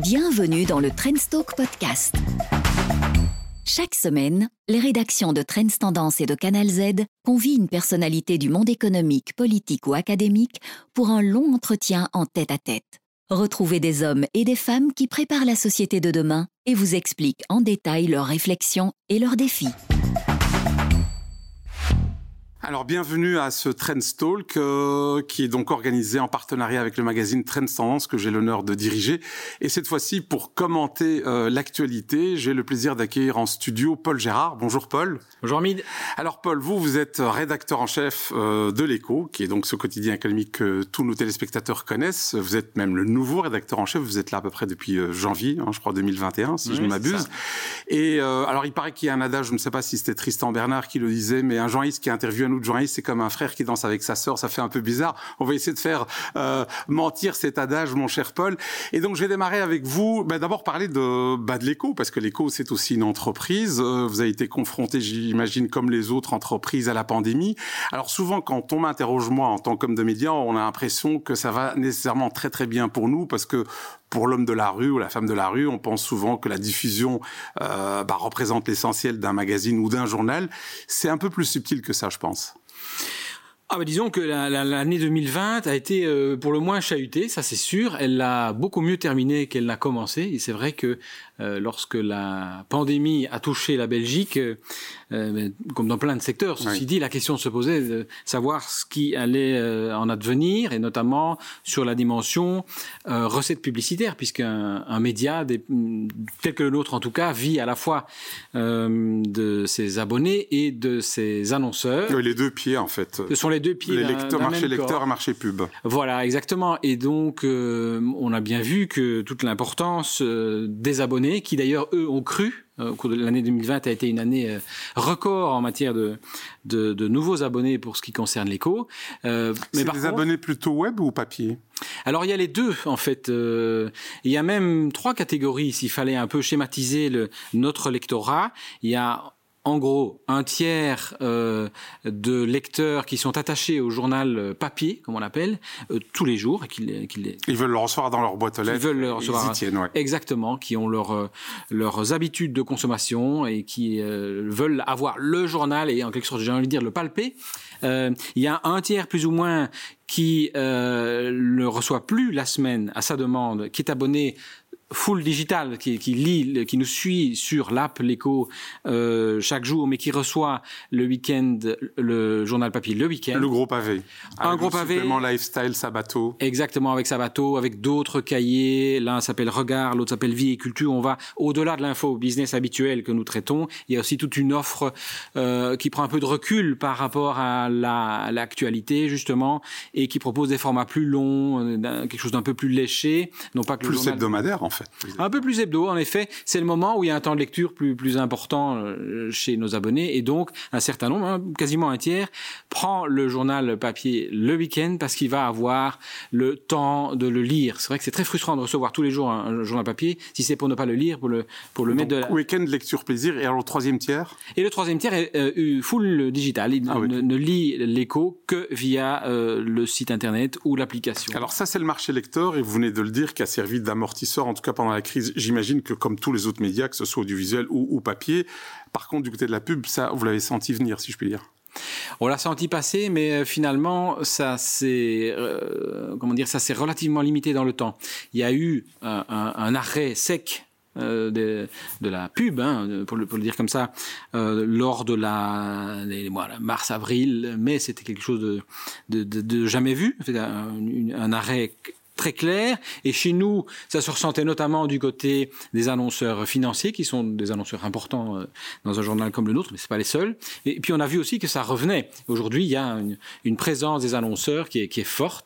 Bienvenue dans le Trendstalk Podcast. Chaque semaine, les rédactions de Trends Tendance et de Canal Z convient une personnalité du monde économique, politique ou académique pour un long entretien en tête-à-tête. Retrouvez des hommes et des femmes qui préparent la société de demain et vous expliquent en détail leurs réflexions et leurs défis. Alors, bienvenue à ce Trendstalk qui est donc organisé en partenariat avec le magazine Trends Tendance que j'ai l'honneur de diriger. Et cette fois-ci, pour commenter l'actualité, j'ai le plaisir d'accueillir en studio Paul Gérard. Bonjour Paul. Bonjour Hamid. Alors Paul, vous êtes rédacteur en chef de l'Écho, qui est donc ce quotidien économique que tous nos téléspectateurs connaissent. Vous êtes même le nouveau rédacteur en chef. Vous êtes là à peu près depuis janvier, je crois 2021, si je ne m'abuse. Et alors, il paraît qu'il y a un adage, je ne sais pas si c'était Tristan Bernard qui le disait, mais un journaliste qui interviewe un autre journaliste, c'est comme un frère qui danse avec sa sœur, ça fait un peu bizarre. On va essayer de faire mentir cet adage, mon cher Paul. Et donc, je vais démarrer avec vous. D'abord, parler de l'Écho, parce que l'Écho, c'est aussi une entreprise. Vous avez été confronté, j'imagine, comme les autres entreprises, à la pandémie. Alors, souvent, quand on m'interroge, moi, en tant qu'homme de médias, on a l'impression que ça va nécessairement très, très bien pour nous, parce que pour l'homme de la rue ou la femme de la rue, on pense souvent que la diffusion représente l'essentiel d'un magazine ou d'un journal. C'est un peu plus subtil que ça, je pense. Disons que l'année 2020 a été pour le moins chahutée, ça c'est sûr. Elle l'a beaucoup mieux terminée qu'elle n'a commencé. Et c'est vrai que lorsque la pandémie a touché la Belgique, comme dans plein de secteurs, ceci dit, la question se posait de savoir ce qui allait en advenir, et notamment sur la dimension recettes publicitaires, puisqu'un média, tel que le nôtre en tout cas, vit à la fois de ses abonnés et de ses annonceurs. Oui, les deux pieds en fait. Ce sont les deux pieds marché lecteur et marché pub. Voilà, exactement. Et donc, on a bien vu que toute l'importance des abonnés, qui d'ailleurs, eux, ont cru, au cours de l'année 2020 a été une année record en matière de nouveaux abonnés pour ce qui concerne l'Écho. C'est des abonnés plutôt web ou papier ? Alors, il y a les deux, en fait. Il y a même 3 catégories, s'il fallait un peu schématiser notre lectorat. Il y a en gros, un tiers de lecteurs qui sont attachés au journal papier, comme on l'appelle, tous les jours. Ils veulent le recevoir dans leur boîte aux lettres. Ils veulent le recevoir. Ils y tiennent, ouais. Exactement, qui ont leurs habitudes de consommation et qui veulent avoir le journal et en quelque sorte, j'ai envie de dire, le palper. Il y a un tiers plus ou moins qui ne reçoit plus la semaine à sa demande, qui est abonné full digital, qui nous suit sur l'app l'Écho chaque jour, mais qui reçoit le week-end le journal papier le week-end. Le gros pavé. Un gros pavé. Supplément lifestyle, Sabato. Exactement, avec Sabato, avec d'autres cahiers. L'un s'appelle Regard, l'autre s'appelle Vie et Culture. On va au-delà de l'info business habituelle que nous traitons. Il y a aussi toute une offre qui prend un peu de recul par rapport à l'actualité, justement, et qui propose des formats plus longs, quelque chose d'un peu plus léché. Non pas que plus hebdomadaire, en fait. Un peu plus hebdo, en effet. C'est le moment où il y a un temps de lecture plus important chez nos abonnés. Et donc, un certain nombre, quasiment un tiers, prend le journal papier le week-end parce qu'il va avoir le temps de le lire. C'est vrai que c'est très frustrant de recevoir tous les jours un journal papier, si c'est pour ne pas le lire, pour le donc, mettre de la... Week-end, lecture, plaisir. Et alors, le troisième tiers ? Et le troisième tiers est full digital. Il ne lit l'Écho que via le site internet ou l'application. Alors ça, c'est le marché lecteur, et vous venez de le dire, qui a servi d'amortisseur, en tout cas pendant la crise. J'imagine que comme tous les autres médias, que ce soit audiovisuel ou papier, par contre, du côté de la pub, ça, vous l'avez senti venir, si je puis dire. On l'a senti passer, mais finalement, ça s'est relativement limité dans le temps. Il y a eu un arrêt sec de la pub, pour le dire comme ça, lors de les mois mars-avril, mais c'était quelque chose de jamais vu, un arrêt très clair. Et chez nous, ça se ressentait notamment du côté des annonceurs financiers, qui sont des annonceurs importants dans un journal comme le nôtre, mais c'est pas les seuls. Et puis on a vu aussi que ça revenait. Aujourd'hui, il y a une présence des annonceurs qui est forte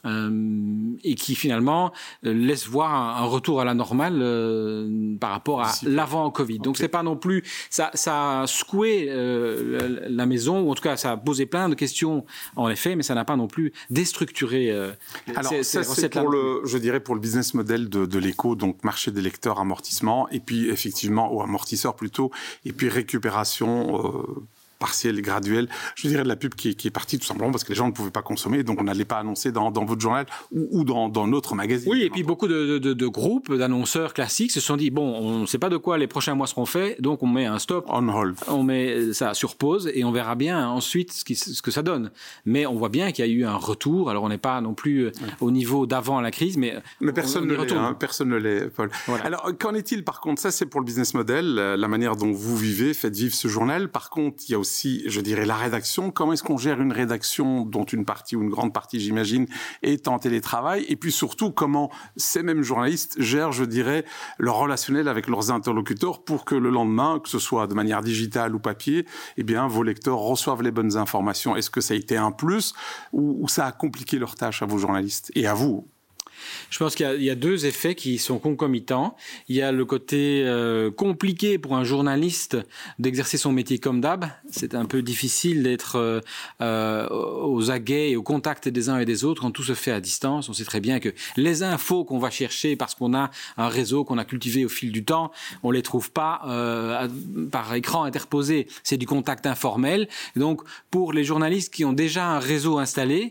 et qui finalement laisse voir un retour à la normale par rapport à l'avant Covid. Donc c'est pas non plus ça a secoué la maison, ou en tout cas ça a posé plein de questions en effet, mais ça n'a pas non plus déstructuré. Alors ça c'est pour le business model de l'Écho, donc marché des lecteurs, amortissement, et puis effectivement, ou amortisseur plutôt, et puis récupération partielle et graduelle, je dirais, de la pub qui est partie tout simplement parce que les gens ne pouvaient pas consommer, donc on n'allait pas annoncer dans votre journal ou dans notre magazine. Oui, et puis beaucoup de groupes, d'annonceurs classiques se sont dit, bon, on ne sait pas de quoi les prochains mois seront faits, donc on met un stop. On hold. On met ça sur pause et on verra bien ensuite ce que ça donne. Mais on voit bien qu'il y a eu un retour. Alors on n'est pas non plus au niveau d'avant la crise, mais personne ne l'est, personne ne l'est, Paul. Voilà. Alors qu'en est-il par contre? Ça c'est pour le business model, la manière dont vous vivez, faites vivre ce journal. Par contre, il y a aussi, je dirais, la rédaction. Comment est-ce qu'on gère une rédaction dont une partie ou une grande partie, j'imagine, est en télétravail? Et puis surtout, comment ces mêmes journalistes gèrent, je dirais, leur relationnel avec leurs interlocuteurs pour que le lendemain, que ce soit de manière digitale ou papier, eh bien, vos lecteurs reçoivent les bonnes informations. Est-ce que ça a été un plus ou ça a compliqué leur tâche à vos journalistes et à vous? Je pense qu'il y a deux effets qui sont concomitants. Il y a le côté compliqué pour un journaliste d'exercer son métier comme d'hab. C'est un peu difficile d'être aux aguets et au contact des uns et des autres quand tout se fait à distance. On sait très bien que les infos qu'on va chercher parce qu'on a un réseau qu'on a cultivé au fil du temps, on les trouve pas par écran interposé. C'est du contact informel. Donc, pour les journalistes qui ont déjà un réseau installé,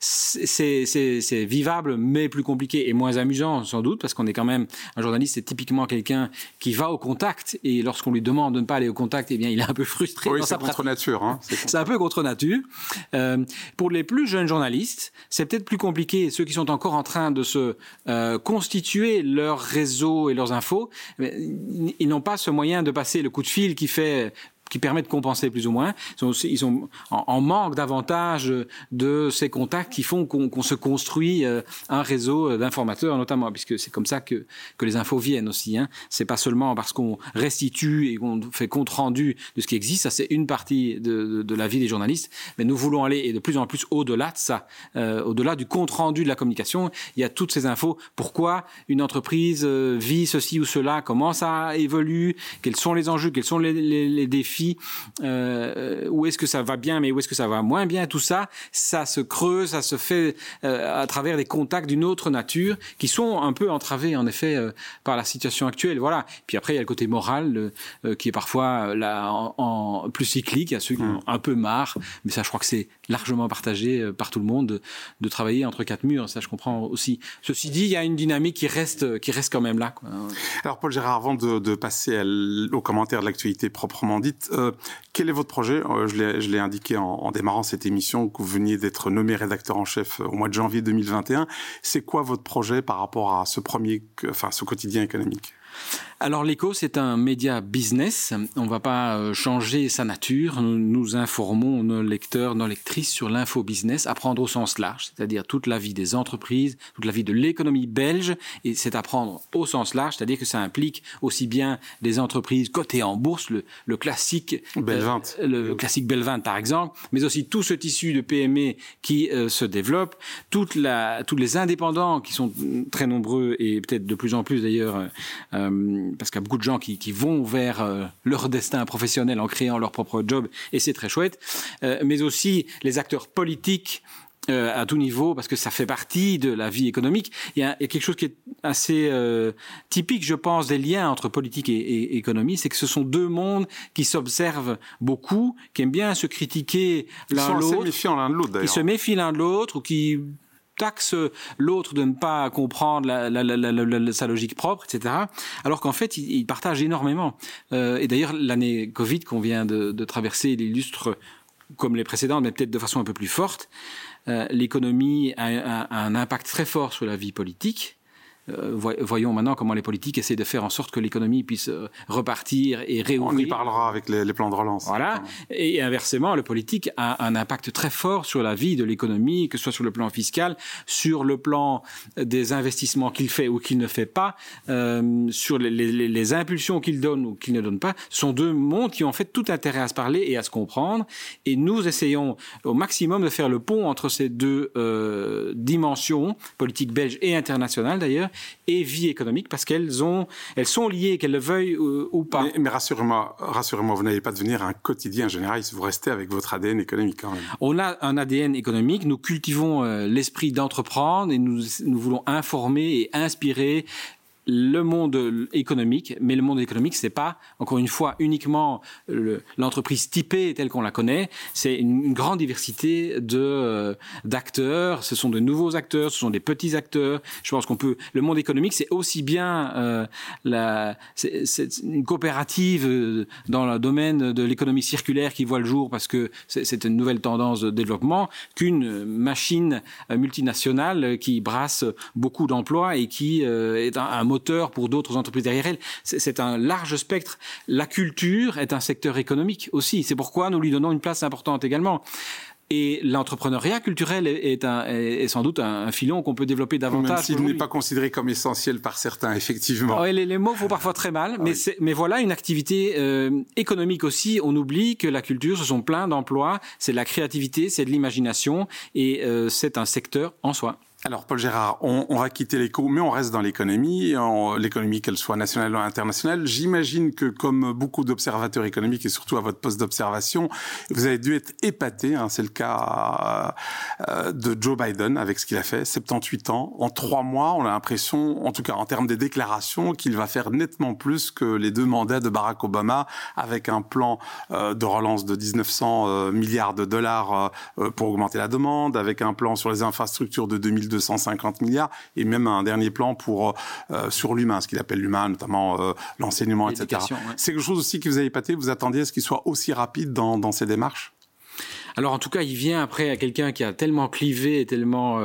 c'est vivable, mais plus compliqué et moins amusant sans doute, parce qu'on est quand même, un journaliste c'est typiquement quelqu'un qui va au contact, et lorsqu'on lui demande de ne pas aller au contact, eh bien il est un peu frustré. Oui, c'est contre nature. Hein. C'est un peu contre nature. Pour les plus jeunes journalistes, c'est peut-être plus compliqué. Ceux qui sont encore en train de se constituer leur réseau et leurs infos, ils n'ont pas ce moyen de passer le coup de fil qui permet de compenser plus ou moins. Ils sont en manque davantage de ces contacts qui font qu'on se construit un réseau d'informateurs notamment, puisque c'est comme ça que les infos viennent aussi. Hein. C'est pas seulement parce qu'on restitue et qu'on fait compte rendu de ce qui existe, ça c'est une partie de la vie des journalistes, mais nous voulons aller et de plus en plus au-delà de ça, au-delà du compte rendu de la communication. Il y a toutes ces infos. Pourquoi une entreprise vit ceci ou cela, comment ça évolue, quels sont les enjeux, quels sont les défis, où est-ce que ça va bien, mais où est-ce que ça va moins bien, tout ça, ça se creuse, ça se fait à travers des contacts d'une autre nature qui sont un peu entravés en effet par la situation actuelle. Voilà. Puis après il y a le côté moral qui est parfois là en plus cyclique. Il y a ceux qui ont un peu marre, mais ça je crois que c'est largement partagé par tout le monde de travailler entre quatre murs. Ça je comprends aussi. Ceci dit, il y a une dynamique qui reste quand même là, quoi. Alors Paul Gérard, avant de passer aux commentaires de l'actualité proprement dite, quel est votre projet? Je l'ai indiqué en démarrant cette émission que vous veniez d'être nommé rédacteur en chef au mois de janvier 2021. C'est quoi votre projet par rapport à ce quotidien économique? Alors l'Écho, c'est un média business. On ne va pas changer sa nature. Nous informons nos lecteurs, nos lectrices sur l'info business, apprendre au sens large, c'est-à-dire toute la vie des entreprises, toute la vie de l'économie belge. Et c'est apprendre au sens large, c'est-à-dire que ça implique aussi bien des entreprises cotées en bourse, le classique Belvent, le classique Belvent par exemple, mais aussi tout ce tissu de PME qui se développe, tous les indépendants qui sont très nombreux et peut-être de plus en plus d'ailleurs. Parce qu'il y a beaucoup de gens qui vont vers leur destin professionnel en créant leur propre job, et c'est très chouette. Mais aussi les acteurs politiques à tout niveau, parce que ça fait partie de la vie économique. Il y a quelque chose qui est assez typique, je pense, des liens entre politique et économie, c'est que ce sont deux mondes qui s'observent beaucoup, qui aiment bien se critiquer l'un l'autre. Ils sont assez méfiants l'un de l'autre, d'ailleurs. Qui se méfient l'un de l'autre, ou qui taxe l'autre de ne pas comprendre sa logique propre, etc. Alors qu'en fait, ils partagent énormément. Et d'ailleurs, l'année Covid qu'on vient de traverser l'illustre comme les précédentes, mais peut-être de façon un peu plus forte. L'économie a un impact très fort sur la vie politique. Voyons maintenant comment les politiques essaient de faire en sorte que l'économie puisse repartir et réouvrir. On y parlera avec les plans de relance. Voilà. Et inversement, le politique a un impact très fort sur la vie de l'économie, que ce soit sur le plan fiscal, sur le plan des investissements qu'il fait ou qu'il ne fait pas, sur les impulsions qu'il donne ou qu'il ne donne pas. Ce sont deux mondes qui ont en fait tout intérêt à se parler et à se comprendre. Et nous essayons au maximum de faire le pont entre ces deux dimensions, politique belge et internationale d'ailleurs, et vie économique, parce elles sont liées, qu'elles le veuillent ou pas. Mais rassurez-moi, vous n'allez pas devenir un quotidien généraliste, vous restez avec votre ADN économique quand même. On a un ADN économique, nous cultivons l'esprit d'entreprendre et nous voulons informer et inspirer le monde économique, mais le monde économique, c'est pas, encore une fois, uniquement l'entreprise typée telle qu'on la connaît, c'est une grande diversité d'acteurs, ce sont de nouveaux acteurs, ce sont des petits acteurs. Je pense le monde économique, c'est aussi bien c'est une coopérative dans le domaine de l'économie circulaire qui voit le jour parce que c'est une nouvelle tendance de développement, qu'une machine multinationale qui brasse beaucoup d'emplois et qui est un moteur pour d'autres entreprises derrière elle. C'est un large spectre. La culture est un secteur économique aussi. C'est pourquoi nous lui donnons une place importante également. Et l'entrepreneuriat culturel est sans doute un filon qu'on peut développer davantage. Même s'il n'est pas considéré comme essentiel par certains, effectivement. Ouais, les mots font parfois très mal, mais voilà une activité économique aussi. On oublie que la culture, ce sont plein d'emplois, c'est de la créativité, c'est de l'imagination, et c'est un secteur en soi. Alors, Paul Gérard, on va quitter l'éco, mais on reste dans l'économie, l'économie qu'elle soit nationale ou internationale. J'imagine que, comme beaucoup d'observateurs économiques et surtout à votre poste d'observation, vous avez dû être épaté, c'est le cas de Joe Biden avec ce qu'il a fait, 78 ans. En 3 mois, on a l'impression, en tout cas en termes des déclarations, qu'il va faire nettement plus que les 2 mandats de Barack Obama avec un plan de relance de 1900 milliards de dollars pour augmenter la demande, avec un plan sur les infrastructures de 250 milliards et même un dernier plan sur l'humain, ce qu'il appelle l'humain, notamment l'enseignement, etc. Ouais. C'est quelque chose aussi qui vous a épaté. Vous attendiez à ce qu'il soit aussi rapide dans ces démarches ? Alors en tout cas, il vient après à quelqu'un qui a tellement clivé, tellement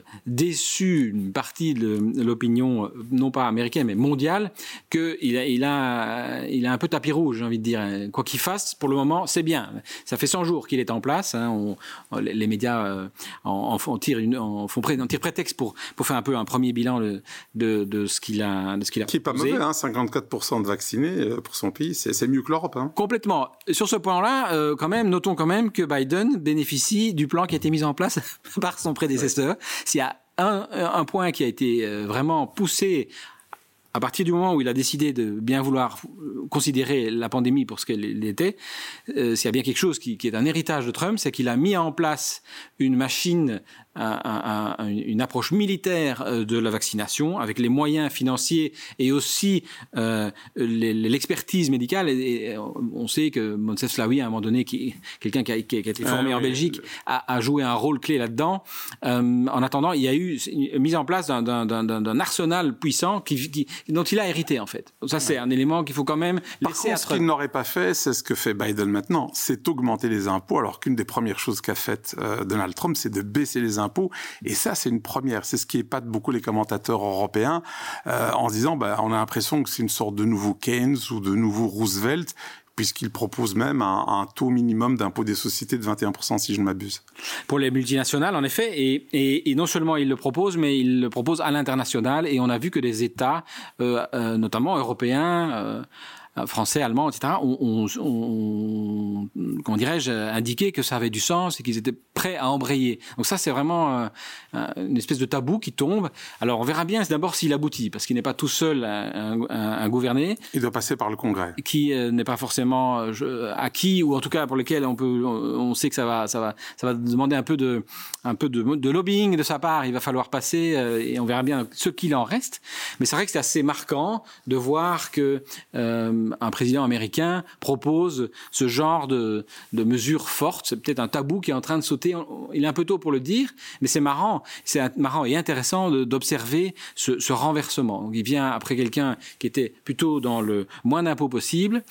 déçu une partie de l'opinion, non pas américaine, mais mondiale, qu'il a un peu tapis rouge, j'ai envie de dire. Quoi qu'il fasse, pour le moment, c'est bien. Ça fait 100 jours qu'il est en place. Les médias en tirent prétexte pour faire un peu un premier bilan de ce qu'il a qui est pas mauvais, 54% de vaccinés pour son pays, c'est mieux que l'Europe. Complètement. Sur ce point-là, notons quand même que Biden bénéficie du plan qui a été mis en place par son prédécesseur. S'il y a un point qui a été vraiment poussé à partir du moment où il a décidé de bien vouloir considérer la pandémie pour ce qu'elle était, s'il y a bien quelque chose qui est un héritage de Trump, c'est qu'il a mis en place une machine, une approche militaire de la vaccination avec les moyens financiers et aussi l'expertise médicale. Et on sait que Moncef Slaoui, à un moment donné, quelqu'un qui a été formé en Belgique, a joué un rôle clé là-dedans. En attendant, il y a eu une mise en place d'un arsenal puissant dont il a hérité, en fait. Ça, c'est un élément qu'il faut quand même laisser à Trump. Ce qu'il n'aurait pas fait, c'est ce que fait Biden maintenant, c'est augmenter les impôts, alors qu'une des premières choses qu'a fait Donald Trump, c'est de baisser les impôts. Et ça, c'est une première. C'est ce qui épate beaucoup les commentateurs européens en se disant, on a l'impression que c'est une sorte de nouveau Keynes ou de nouveau Roosevelt, puisqu'il propose même un taux minimum d'impôt des sociétés de 21%, si je ne m'abuse. Pour les multinationales, en effet, et non seulement il le propose, mais il le propose à l'international, et on a vu que des États, notamment européens, français, allemands, etc., ont comment dirais-je, indiqué que ça avait du sens et qu'ils étaient prêts à embrayer. Donc ça, c'est vraiment une espèce de tabou qui tombe. Alors on verra bien d'abord s'il aboutit, parce qu'il n'est pas tout seul à gouverner. Il doit passer par le Congrès. Qui n'est pas forcément acquis, ou en tout cas pour lesquels on sait que ça va demander un peu de lobbying de sa part. Il va falloir passer et on verra bien ce qu'il en reste. Mais c'est vrai que c'est assez marquant de voir que un président américain propose ce genre de mesures fortes. C'est peut-être un tabou qui est en train de sauter. Il est un peu tôt pour le dire, mais c'est marrant. C'est marrant et intéressant d'observer ce renversement. Donc, il vient après quelqu'un qui était plutôt dans le moins d'impôts possible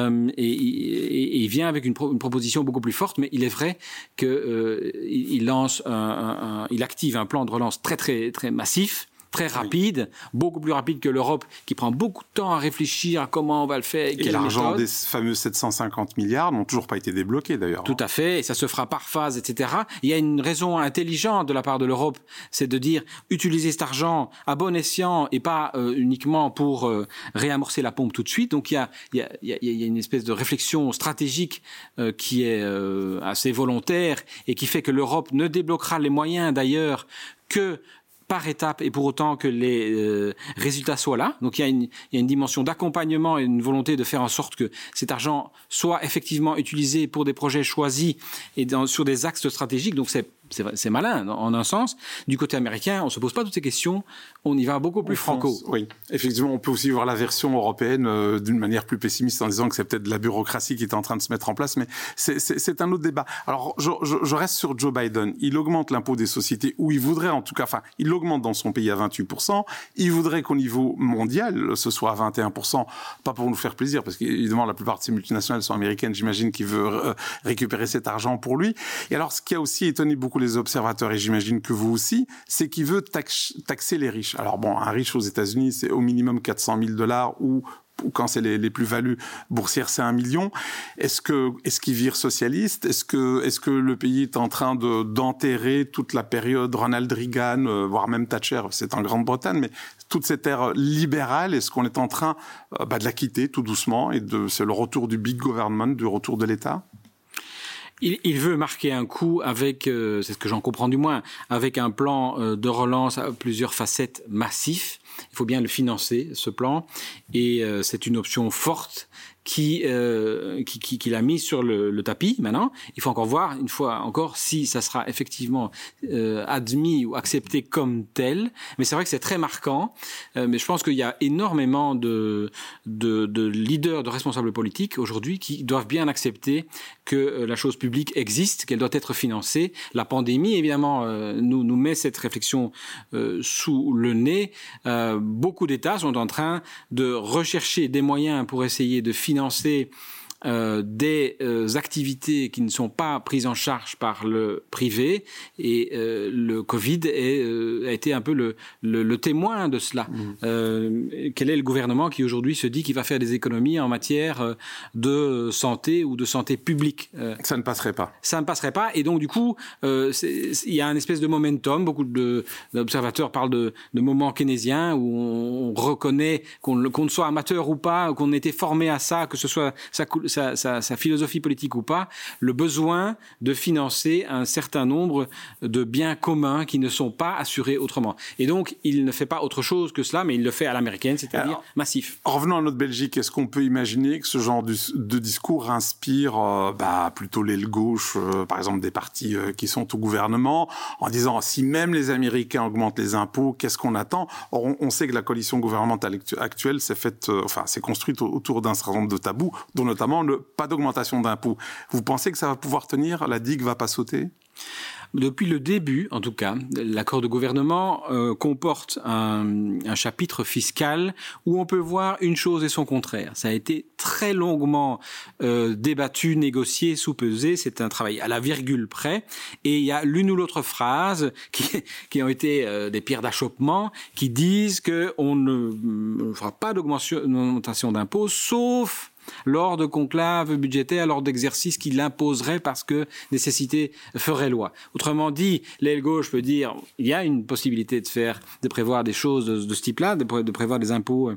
et il vient avec une proposition beaucoup plus forte. Mais il est vrai qu'il lance il active un plan de relance très, très, très massif, très rapide, beaucoup plus rapide que l'Europe, qui prend beaucoup de temps à réfléchir à comment on va le faire. Et l'argent des fameux 750 milliards n'ont toujours pas été débloqués d'ailleurs. Tout à fait, et ça se fera par phase, etc. Il y a une raison intelligente de la part de l'Europe, c'est de dire utiliser cet argent à bon escient et pas uniquement pour réamorcer la pompe tout de suite. Donc il y a une espèce de réflexion stratégique qui est assez volontaire et qui fait que l'Europe ne débloquera les moyens d'ailleurs que par étape et pour autant que les résultats soient là. Donc il y a une dimension d'accompagnement et une volonté de faire en sorte que cet argent soit effectivement utilisé pour des projets choisis et sur des axes stratégiques. Donc c'est c'est malin en un sens. Du côté américain, on se pose pas toutes ces questions, on y va beaucoup plus franco. Oui, effectivement, on peut aussi voir la version européenne d'une manière plus pessimiste en disant que c'est peut-être de la bureaucratie qui est en train de se mettre en place, mais c'est un autre débat. Alors, je reste sur Joe Biden. Il augmente l'impôt des sociétés, ou il voudrait en tout cas, enfin, il l'augmente dans son pays à 28%. Il voudrait qu'au niveau mondial, ce soit à 21%, pas pour nous faire plaisir, parce qu'évidemment, la plupart de ces multinationales sont américaines. J'imagine qu'il veut récupérer cet argent pour lui. Et alors, ce qui a aussi étonné beaucoup les observateurs, et j'imagine que vous aussi, c'est qu'il veut taxer les riches. Alors bon, un riche aux États-Unis, c'est au minimum $400 000 ou quand c'est les plus-values boursières, c'est 1 million. Est-ce qu'il vire socialiste? Est-ce que le pays est en train d'enterrer toute la période Ronald Reagan, voire même Thatcher, c'est en Grande-Bretagne, mais toute cette ère libérale, est-ce qu'on est en train de la quitter tout doucement et c'est le retour du big government, du retour de l'État? Il veut marquer un coup avec, c'est ce que j'en comprends du moins, avec un plan de relance à plusieurs facettes massif. Il faut bien le financer, ce plan, et c'est une option forte qu'il a mis sur le tapis maintenant. Il faut encore voir, une fois encore, si ça sera effectivement admis ou accepté comme tel. Mais c'est vrai que c'est très marquant. Mais je pense qu'il y a énormément de leaders, de responsables politiques aujourd'hui qui doivent bien accepter que la chose publique existe, qu'elle doit être financée. La pandémie, évidemment, nous met cette réflexion sous le nez. Beaucoup d'États sont en train de rechercher des moyens pour essayer de financer des activités qui ne sont pas prises en charge par le privé, et le Covid a été un peu le témoin de cela. Quel est le gouvernement qui aujourd'hui se dit qu'il va faire des économies en matière de santé ou de santé publique? Ça ne passerait pas. Ça ne passerait pas, et donc du coup, il y a une espèce de momentum. Beaucoup d'observateurs parlent de moment keynésien, où on reconnaît qu'on soit amateur ou pas, qu'on ait été formé à ça, que ce soit sa philosophie politique ou pas, le besoin de financer un certain nombre de biens communs qui ne sont pas assurés autrement. Et donc, il ne fait pas autre chose que cela, mais il le fait à l'américaine, c'est-à-dire massif. Revenons à notre Belgique. Est-ce qu'on peut imaginer que ce genre de discours inspire plutôt l'aile gauche, par exemple des partis qui sont au gouvernement, en disant si même les Américains augmentent les impôts, qu'est-ce qu'on attend? Or, on sait que la coalition gouvernementale actuelle s'est construite autour d'un certain nombre de tabous, dont notamment pas d'augmentation d'impôts. Vous pensez que ça va pouvoir tenir? La digue va pas sauter? Depuis le début, en tout cas, l'accord de gouvernement comporte un chapitre fiscal où on peut voir une chose et son contraire. Ça a été très longuement débattu, négocié, soupesé. C'est un travail à la virgule près. Et il y a l'une ou l'autre phrase qui ont été des pierres d'achoppement, qui disent qu'on ne fera pas d'augmentation d'impôts, sauf lors de conclaves budgétaires, lors d'exercices qui l'imposeraient parce que nécessité ferait loi. Autrement dit, l'aile gauche peut dire il y a une possibilité de prévoir des choses de ce type-là, de prévoir des impôts,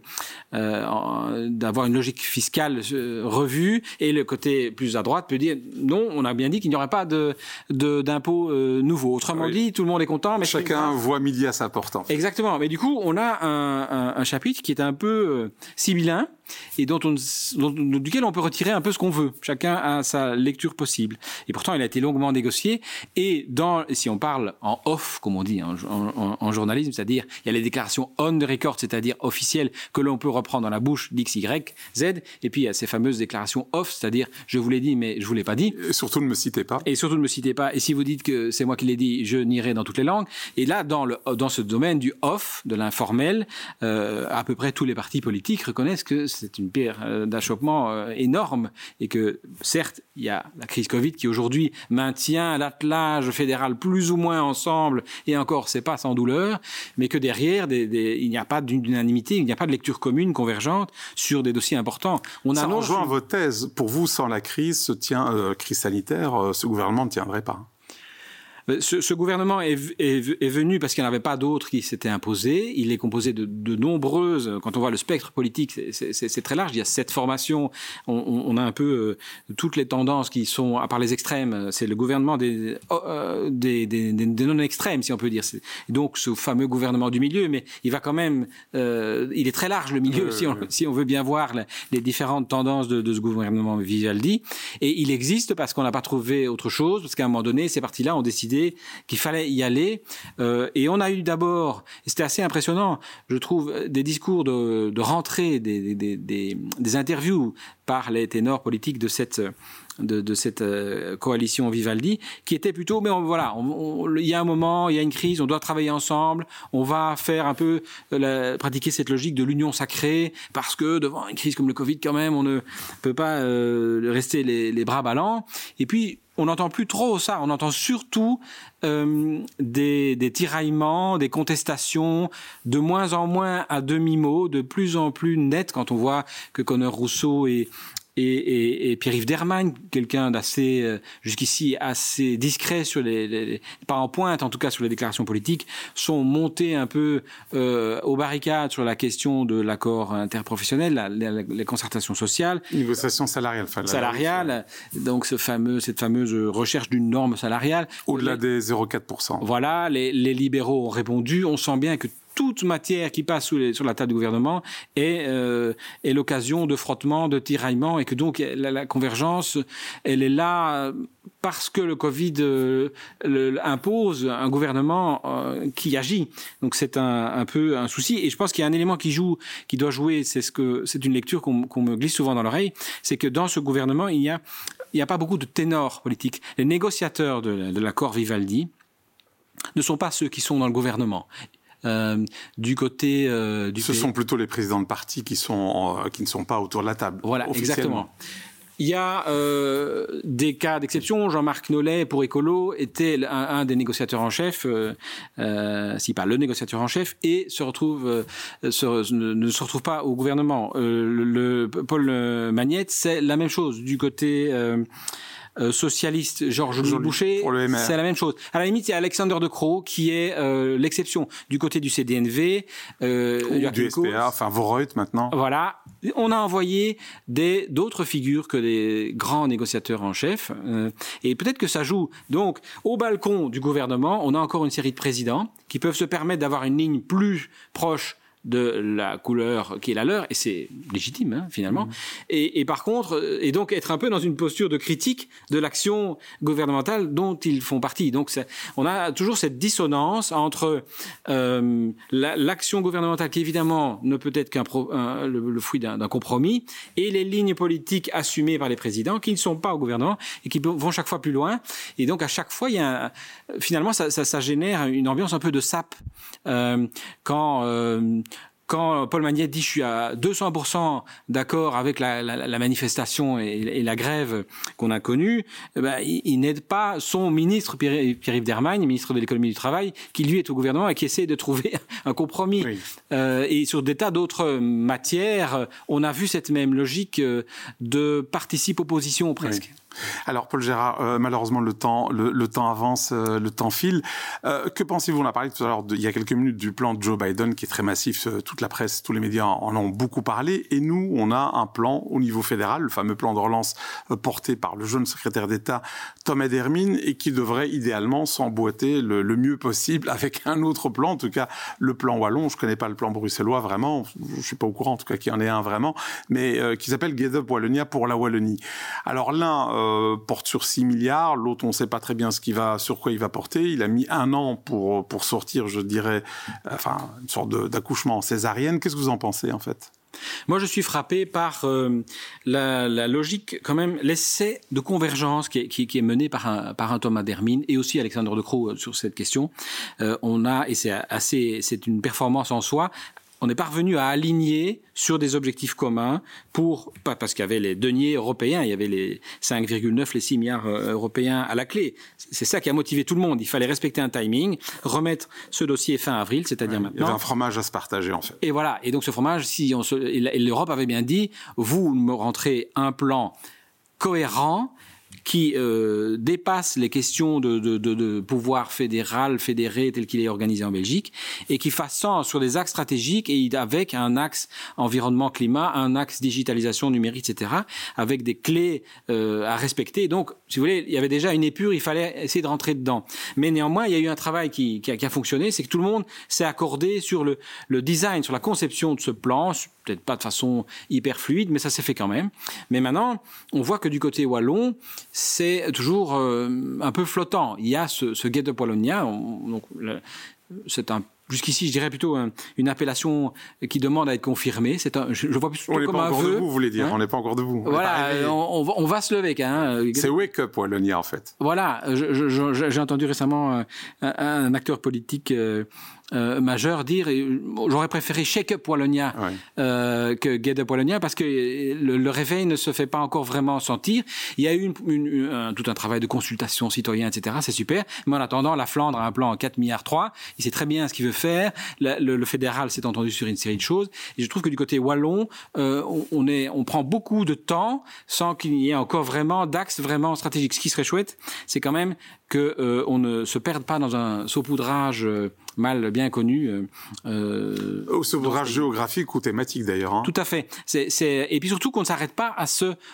d'avoir une logique fiscale revue, et le côté plus à droite peut dire non, on a bien dit qu'il n'y aurait pas d'impôts nouveaux. Autrement dit, tout le monde est content, mais chacun voit midi à sa porte. Exactement. Mais du coup, on a un chapitre qui est un peu sibyllin, et duquel on peut retirer un peu ce qu'on veut. Chacun a sa lecture possible. Et pourtant, il a été longuement négocié. Et si on parle en off, comme on dit en journalisme, c'est-à-dire il y a les déclarations on the record, c'est-à-dire officielles, que l'on peut reprendre dans la bouche d'X, Y, Z. Et puis il y a ces fameuses déclarations off, c'est-à-dire je vous l'ai dit, mais je vous l'ai pas dit. Et surtout ne me citez pas. Et si vous dites que c'est moi qui l'ai dit, je nierai dans toutes les langues. Et là, dans ce domaine du off, de l'informel, à peu près tous les partis politiques reconnaissent que c'est une pierre d'achoppement énorme, et que certes il y a la crise Covid qui aujourd'hui maintient l'attelage fédéral plus ou moins ensemble, et encore c'est pas sans douleur, mais que derrière il n'y a pas d'unanimité, il n'y a pas de lecture commune convergente sur des dossiers importants. Ça rejoint vos thèses. Pour vous, sans la crise crise sanitaire, ce gouvernement ne tiendrait pas. Ce gouvernement est venu parce qu'il n'y en avait pas d'autres qui s'étaient imposés. Il est composé de nombreuses... Quand on voit le spectre politique, c'est très large. Il y a 7 formations. On a un peu toutes les tendances qui sont, à part les extrêmes, c'est le gouvernement des non-extrêmes, si on peut dire. Donc, ce fameux gouvernement du milieu, mais il va quand même... il est très large, le milieu, si on veut bien voir les différentes tendances de ce gouvernement Vivaldi. Et il existe parce qu'on n'a pas trouvé autre chose, parce qu'à un moment donné, ces partis-là ont décidé décidé qu'il fallait y aller. Et on a eu d'abord, et c'était assez impressionnant, je trouve, des discours de rentrée, des interviews par les ténors politiques de cette coalition Vivaldi, qui était plutôt, mais voilà, il y a un moment, il y a une crise, on doit travailler ensemble, on va faire un peu pratiquer cette logique de l'union sacrée, parce que devant une crise comme le Covid, quand même, on ne peut pas rester les bras ballants. Et puis, on n'entend plus trop ça, on entend surtout des tiraillements, des contestations, de moins en moins à demi-mot, de plus en plus nettes, quand on voit que Conor Rousseau et Pierre-Yves Dermagne, quelqu'un d'assez, jusqu'ici, assez discret sur pas en pointe, en tout cas sur les déclarations politiques, sont montés un peu aux barricades sur la question de l'accord interprofessionnel, les concertations sociales. Négociation salariale. Donc cette fameuse recherche d'une norme salariale. Au-delà des 0,4%. Voilà, les libéraux ont répondu. On sent bien que toute matière qui passe sur la table du gouvernement est l'occasion de frottements, de tiraillements, et que donc la convergence, elle est là parce que le Covid impose un gouvernement qui agit. Donc c'est un peu un souci. Et je pense qu'il y a un élément qui doit jouer, c'est une lecture qu'on me glisse souvent dans l'oreille, c'est que dans ce gouvernement, il n'y a pas beaucoup de ténors politiques. Les négociateurs de l'accord Vivaldi ne sont pas ceux qui sont dans le gouvernement. Du côté ce sont plutôt les présidents de partis qui ne sont pas autour de la table. Voilà, exactement. Il y a des cas d'exception. Jean-Marc Nollet, pour Écolo, était un des négociateurs en chef, si pas le négociateur en chef, et ne se retrouve pas au gouvernement. Paul Magnette, c'est la même chose. Du côté socialiste, Georges-Louis Boucher, c'est la même chose. À la limite, il y a Alexander De Croo qui est l'exception. Du côté du CDNV, du SPA, enfin Vorreut maintenant. Voilà. On a envoyé d'autres figures que les grands négociateurs en chef. Et peut-être que ça joue. Donc, au balcon du gouvernement, on a encore une série de présidents qui peuvent se permettre d'avoir une ligne plus proche de la couleur qui est la leur, et c'est légitime finalement. Et par contre, et donc être un peu dans une posture de critique de l'action gouvernementale dont ils font partie. Donc on a toujours cette dissonance entre l'action gouvernementale qui évidemment ne peut être le fruit d'un compromis, et les lignes politiques assumées par les présidents qui ne sont pas au gouvernement et qui vont chaque fois plus loin. Et donc à chaque fois, finalement ça génère une ambiance un peu de sape. Quand Paul Magnette dit « je suis à 200% d'accord avec la manifestation et la grève qu'on a connue », il n'aide pas son ministre Pierre-Yves Dermagne, ministre de l'économie et du travail, qui lui est au gouvernement et qui essaie de trouver un compromis. Oui. Et sur des tas d'autres matières, on a vu cette même logique de participe-opposition presque. Oui. Alors Paul Gérard, malheureusement le temps avance, le temps file. Que pensez-vous? On a parlé tout à l'heure il y a quelques minutes du plan de Joe Biden qui est très massif. Toute la presse, tous les médias en ont beaucoup parlé. Et nous, on a un plan au niveau fédéral, le fameux plan de relance porté par le jeune secrétaire d'État Thomas Dermine, et qui devrait idéalement s'emboîter le mieux possible avec un autre plan, en tout cas le plan wallon. Je connais pas le plan bruxellois vraiment, je suis pas au courant en tout cas qu'il y en ait un vraiment, mais qui s'appelle Get Up Wallonia pour la Wallonie. Alors l'un porte sur 6 milliards, l'autre on ne sait pas très bien sur quoi il va porter. Il a mis 1 an pour sortir, je dirais, une sorte d'accouchement césarienne. Qu'est-ce que vous en pensez en fait? Moi, je suis frappé par la logique, quand même, l'essai de convergence qui est mené par un Thomas Dermine et aussi Alexander De Croo sur cette question. Et c'est une performance en soi. On est parvenu à aligner sur des objectifs communs parce qu'il y avait les deniers européens, il y avait les 5,9, les 6 milliards européens à la clé. C'est ça qui a motivé tout le monde. Il fallait respecter un timing, remettre ce dossier fin avril, c'est-à-dire maintenant. Il y avait un fromage à se partager, en fait. Et voilà. Et donc, ce fromage, et l'Europe avait bien dit, vous me rentrez un plan cohérent, qui dépasse les questions de pouvoir fédéré tel qu'il est organisé en Belgique, et qui fasse sens sur des axes stratégiques et avec un axe environnement-climat, un axe digitalisation numérique, etc., avec des clés à respecter. Donc, si vous voulez, il y avait déjà une épure, il fallait essayer de rentrer dedans. Mais néanmoins, il y a eu un travail qui a fonctionné, c'est que tout le monde s'est accordé sur le design, sur la conception de ce plan, peut-être pas de façon hyper fluide, mais ça s'est fait quand même. Mais maintenant, on voit que du côté wallon, c'est toujours un peu flottant. Il y a ce Get Up Wallonia, c'est jusqu'ici, je dirais plutôt une appellation qui demande à être confirmée. Je le vois plutôt comme un vœu. On n'est pas encore debout, vous voulez dire. On n'est pas encore debout. Voilà, on va se lever. C'est Wake Up Wallonia, en fait. Voilà, j'ai entendu récemment un acteur politique majeur dire j'aurais préféré Shake Up Wallonia que Get Up Wallonia parce que le réveil ne se fait pas encore vraiment sentir. Il y a eu tout un travail de consultation citoyen, etc. C'est super. Mais en attendant, la Flandre a un plan 4,3 milliards. Il sait très bien ce qu'il veut faire. Le fédéral s'est entendu sur une série de choses. Et je trouve que du côté wallon, on prend beaucoup de temps sans qu'il y ait encore vraiment d'axe vraiment stratégique. Ce qui serait chouette, c'est quand même qu'on ne se perde pas dans un saupoudrage mal bien connu. Au saupoudrage géographique ou thématique d'ailleurs. Hein. Tout à fait. Et puis surtout qu'on ne s'arrête pas à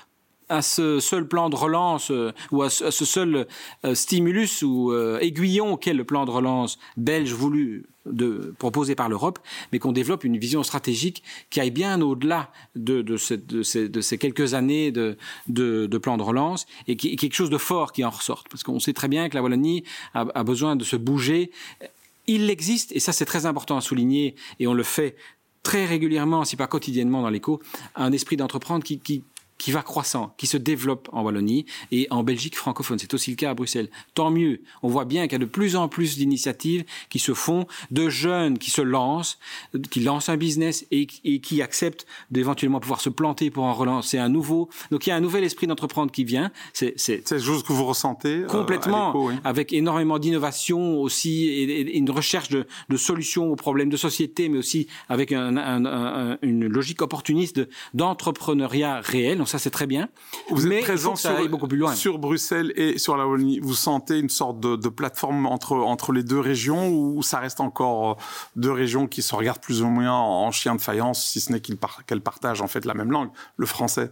ce seul plan de relance ou à ce seul stimulus ou aiguillon qu'est le plan de relance belge voulu proposé par l'Europe, mais qu'on développe une vision stratégique qui aille bien au-delà de ces quelques années de plan de relance et quelque chose de fort qui en ressorte. Parce qu'on sait très bien que la Wallonie a besoin de se bouger. Il existe, et ça c'est très important à souligner, et on le fait très régulièrement, si pas quotidiennement dans l'Écho, un esprit d'entreprendre qui va croissant, qui se développe en Wallonie et en Belgique francophone. C'est aussi le cas à Bruxelles. Tant mieux. On voit bien qu'il y a de plus en plus d'initiatives qui se font, de jeunes qui se lancent, qui lancent un business et qui acceptent d'éventuellement pouvoir se planter pour en relancer un nouveau. Donc il y a un nouvel esprit d'entreprendre qui vient. C'est quelque chose que vous ressentez complètement, à l'Écho, oui. Avec énormément d'innovation aussi et une recherche de solutions aux problèmes de société, mais aussi avec une logique opportuniste d'entrepreneuriat réel. Donc ça, c'est très bien. Vous êtes présent beaucoup plus loin. Sur Bruxelles et sur la Wallonie. Vous sentez une sorte de plateforme entre les deux régions ou ça reste encore deux régions qui se regardent plus ou moins en chien de faïence, si ce n'est qu'elles partagent en fait la même langue, le français?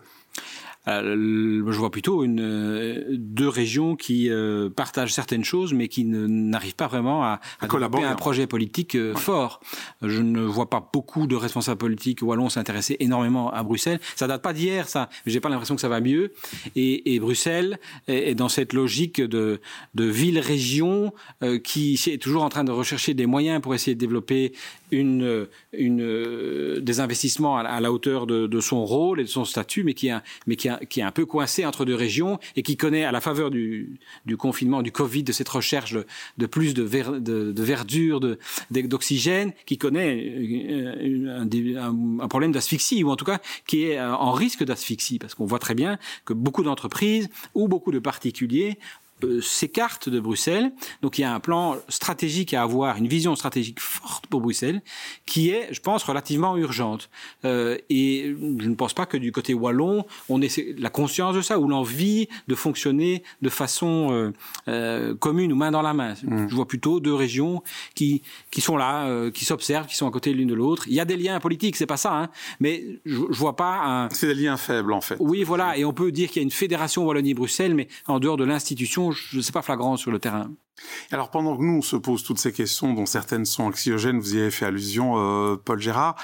Je vois plutôt deux régions qui partagent certaines choses, mais qui n'arrivent pas vraiment à développer un projet politique fort. Je ne vois pas beaucoup de responsables politiques wallons s'intéresser énormément à Bruxelles. Ça date pas d'hier, ça. J'ai pas l'impression que ça va mieux. Et Bruxelles est dans cette logique de ville-région qui est toujours en train de rechercher des moyens pour essayer de développer des investissements à la hauteur de son rôle et de son statut, mais qui est un peu coincé entre deux régions et qui connaît, à la faveur du confinement, du Covid, de cette recherche de plus de verdure, d'oxygène, qui connaît un problème d'asphyxie, ou en tout cas qui est en risque d'asphyxie, parce qu'on voit très bien que beaucoup d'entreprises ou beaucoup de particuliers s'écarte de Bruxelles. Donc il y a un plan stratégique à avoir, une vision stratégique forte pour Bruxelles, qui est, je pense, relativement urgente. Et je ne pense pas que du côté wallon, on ait la conscience de ça, ou l'envie de fonctionner de façon commune ou main dans la main. Je vois plutôt deux régions qui sont là, qui s'observent, qui sont à côté l'une de l'autre. Il y a des liens politiques, c'est pas ça, hein, mais je vois pas C'est des liens faibles, en fait. Oui, voilà, et on peut dire qu'il y a une fédération Wallonie-Bruxelles, mais en dehors de l'institution, je ne sais pas flagrant sur le terrain. Alors pendant que nous on se pose toutes ces questions dont certaines sont anxiogènes, vous y avez fait allusion, Paul Gérard,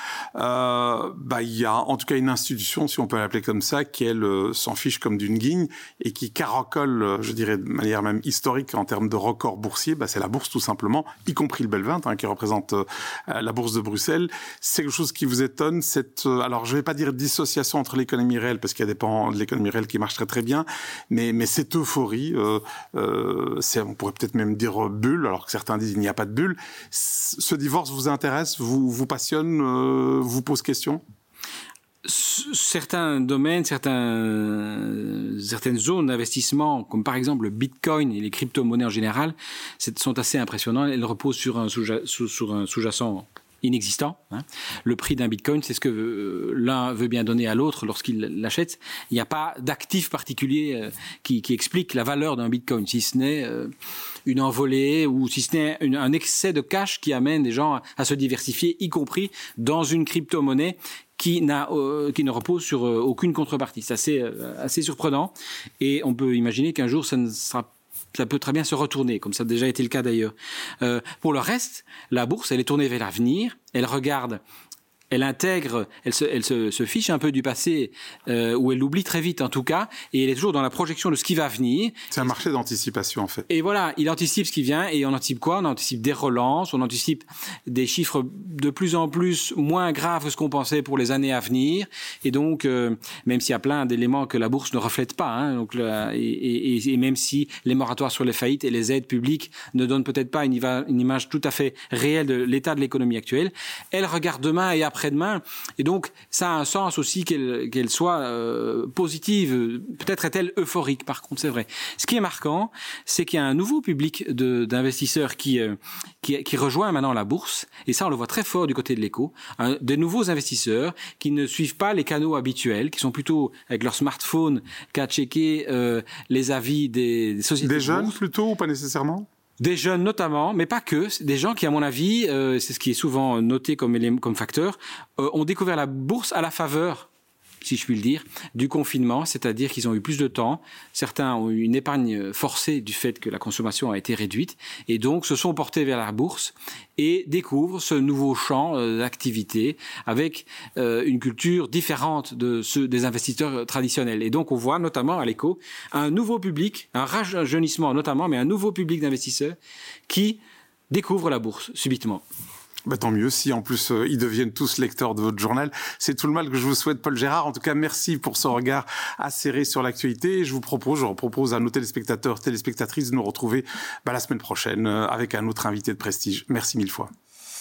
il y a en tout cas une institution, si on peut l'appeler comme ça, qui elle s'en fiche comme d'une guigne et qui caracole, je dirais de manière même historique en termes de records boursiers, c'est la bourse tout simplement, y compris le Belvint qui représente la bourse de Bruxelles. C'est quelque chose qui vous étonne, alors je vais pas dire dissociation entre l'économie réelle, parce qu'il y a des pans de l'économie réelle qui marchent très très bien, mais cette euphorie, on pourrait peut-être même dire bulle, alors que certains disent qu'il n'y a pas de bulle. Ce divorce vous intéresse, vous passionne, vous pose question? Certains domaines, certaines zones d'investissement, comme par exemple le Bitcoin et les crypto-monnaies en général, sont assez impressionnants. Elles reposent sur un sous-jacent inexistant. Le prix d'un bitcoin, c'est ce que l'un veut bien donner à l'autre lorsqu'il l'achète. Il n'y a pas d'actif particulier qui explique la valeur d'un bitcoin, si ce n'est une envolée ou si ce n'est un excès de cash qui amène des gens à se diversifier, y compris dans une crypto-monnaie qui ne repose sur aucune contrepartie. C'est assez surprenant et on peut imaginer qu'un jour ça peut très bien se retourner, comme ça a déjà été le cas d'ailleurs. Pour le reste, la bourse, elle est tournée vers l'avenir, elle regarde elle intègre, elle se fiche un peu du passé, ou elle l'oublie très vite en tout cas, et elle est toujours dans la projection de ce qui va venir. C'est un marché d'anticipation en fait. Et voilà, il anticipe ce qui vient, et on anticipe quoi? On anticipe des relances, on anticipe des chiffres de plus en plus moins graves que ce qu'on pensait pour les années à venir, et donc même s'il y a plein d'éléments que la bourse ne reflète pas, hein, donc et même si les moratoires sur les faillites et les aides publiques ne donnent peut-être pas une image tout à fait réelle de l'état de l'économie actuelle, elle regarde demain et après-demain, et donc ça a un sens aussi qu'elle soit positive. Peut-être est-elle euphorique, par contre, c'est vrai. Ce qui est marquant, c'est qu'il y a un nouveau public d'investisseurs qui rejoint maintenant la bourse, et ça on le voit très fort du côté de l'éco, des nouveaux investisseurs qui ne suivent pas les canaux habituels, qui sont plutôt avec leur smartphone qu'à checker les avis des sociétés. Des jeunes plutôt, ou pas nécessairement? Des jeunes notamment, mais pas que. Des gens qui, à mon avis, c'est ce qui est souvent noté comme facteur, ont découvert la bourse à la faveur, si je puis le dire, du confinement, c'est-à-dire qu'ils ont eu plus de temps. Certains ont eu une épargne forcée du fait que la consommation a été réduite, et donc se sont portés vers la bourse et découvrent ce nouveau champ d'activité avec une culture différente de ceux des investisseurs traditionnels. Et donc on voit notamment à l'éco un nouveau public, un rajeunissement notamment, mais un nouveau public d'investisseurs qui découvre la bourse subitement. Tant mieux, si en plus ils deviennent tous lecteurs de votre journal. C'est tout le mal que je vous souhaite, Paul Gérard. En tout cas, merci pour ce regard acéré sur l'actualité. Je propose à nos téléspectateurs, téléspectatrices de nous retrouver la semaine prochaine avec un autre invité de prestige. Merci mille fois.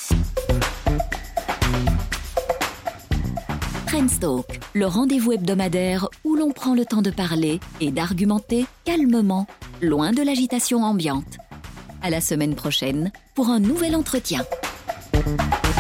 Trendstalk, le rendez-vous hebdomadaire où l'on prend le temps de parler et d'argumenter calmement, loin de l'agitation ambiante. À la semaine prochaine pour un nouvel entretien.